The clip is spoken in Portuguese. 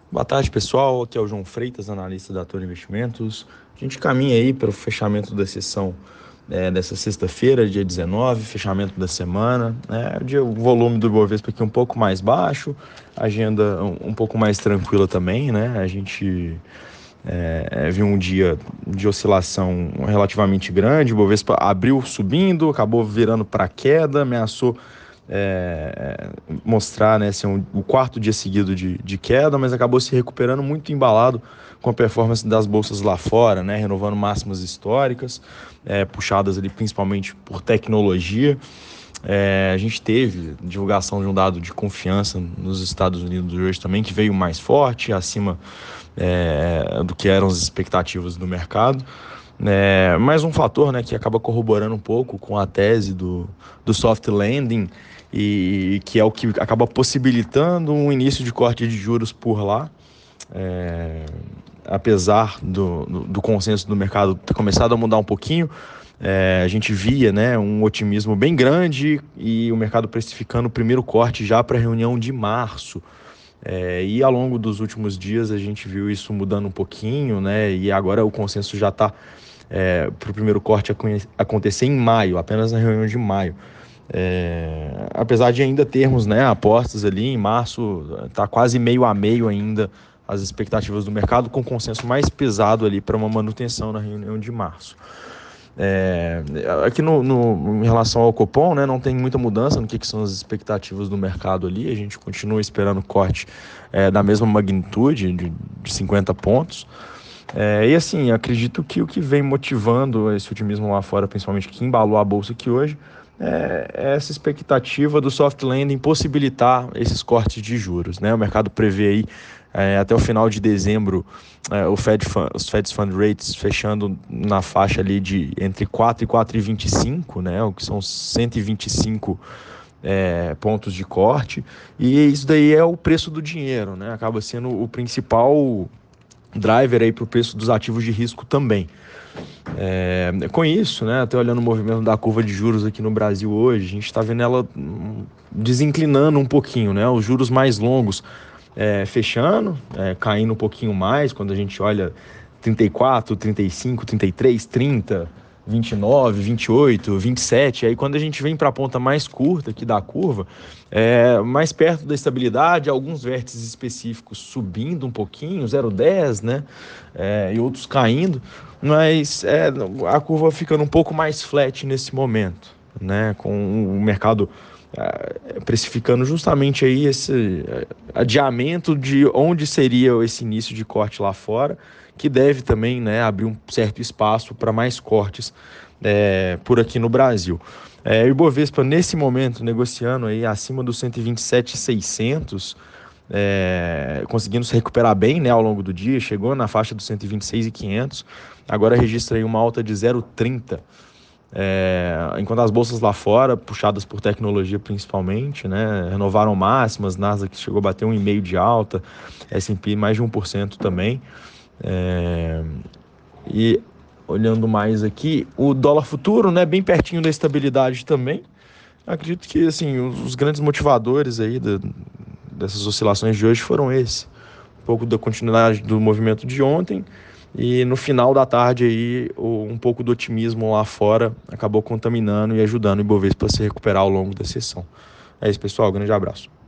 Boa tarde, pessoal. Aqui é o João Freitas, analista da Toro Investimentos. A gente caminha aí para o fechamento da sessão dessa sexta-feira, dia 19, fechamento da semana. O volume do Ibovespa aqui um pouco mais baixo, agenda um pouco mais tranquila também, né? A gente viu um dia de oscilação relativamente grande. O Ibovespa abriu subindo, acabou virando para queda, ameaçou mostrar, né, assim, o quarto dia seguido de queda, mas acabou se recuperando muito embalado com a performance das bolsas lá fora, né, renovando máximas históricas, puxadas ali principalmente por tecnologia. A gente teve divulgação de um dado de confiança nos Estados Unidos hoje também, que veio mais forte, acima do que eram as expectativas do mercado. Mais um fator, né, que acaba corroborando um pouco com a tese do soft landing, e que é o que acaba possibilitando um início de corte de juros por lá. Apesar do consenso do mercado ter começado a mudar um pouquinho, a gente via, né, um otimismo bem grande e o mercado precificando o primeiro corte já para a reunião de março. E ao longo dos últimos dias a gente viu isso mudando um pouquinho, né, e agora o consenso já está para o primeiro corte acontecer em maio, apenas na reunião de maio. Apesar de ainda termos, né, apostas ali em março, está quase meio a meio ainda as expectativas do mercado, com consenso mais pesado ali para uma manutenção na reunião de março. Aqui em relação ao Copom, né, não tem muita mudança no que são as expectativas do mercado ali. A gente continua esperando corte da mesma magnitude, de 50 pontos. E assim, acredito que o que vem motivando esse otimismo lá fora, principalmente que embalou a bolsa aqui hoje, é essa expectativa do soft landing possibilitar esses cortes de juros, né? O mercado prevê aí até o final de dezembro os Fed Fund Rates fechando na faixa ali de entre 4 e 4,25, né? O que são 125 pontos de corte, e isso daí é o preço do dinheiro, né? Acaba sendo o principal driver aí para o preço dos ativos de risco também. Com isso, né, até olhando o movimento da curva de juros aqui no Brasil hoje, a gente está vendo ela desinclinando um pouquinho, né? Os juros mais longos fechando, caindo um pouquinho mais, quando a gente olha 34, 35, 33, 30, 29, 28, 27. Aí quando a gente vem para a ponta mais curta aqui da curva, mais perto da estabilidade, alguns vértices específicos subindo um pouquinho, 0,10, né? E outros caindo, mas a curva ficando um pouco mais flat nesse momento, né? Com o mercado precificando justamente aí esse adiamento de onde seria esse início de corte lá fora, que deve também, né, abrir um certo espaço para mais cortes por aqui no Brasil. O Ibovespa, nesse momento, negociando aí acima dos 127.600, conseguindo se recuperar bem, né, ao longo do dia, chegou na faixa dos 126.500, agora registra aí uma alta de 0,30. Enquanto as bolsas lá fora, puxadas por tecnologia principalmente, né, renovaram máximas, Nasdaq chegou a bater 1,5% de alta, S&P mais de 1% também. E olhando mais aqui, o dólar futuro, né, bem pertinho da estabilidade também. Acredito que assim, os grandes motivadores aí dessas oscilações de hoje foram esses. Um pouco da continuidade do movimento de ontem, e no final da tarde aí um pouco do otimismo lá fora acabou contaminando e ajudando o Ibovespa a se recuperar ao longo da sessão. É isso, pessoal. Grande abraço.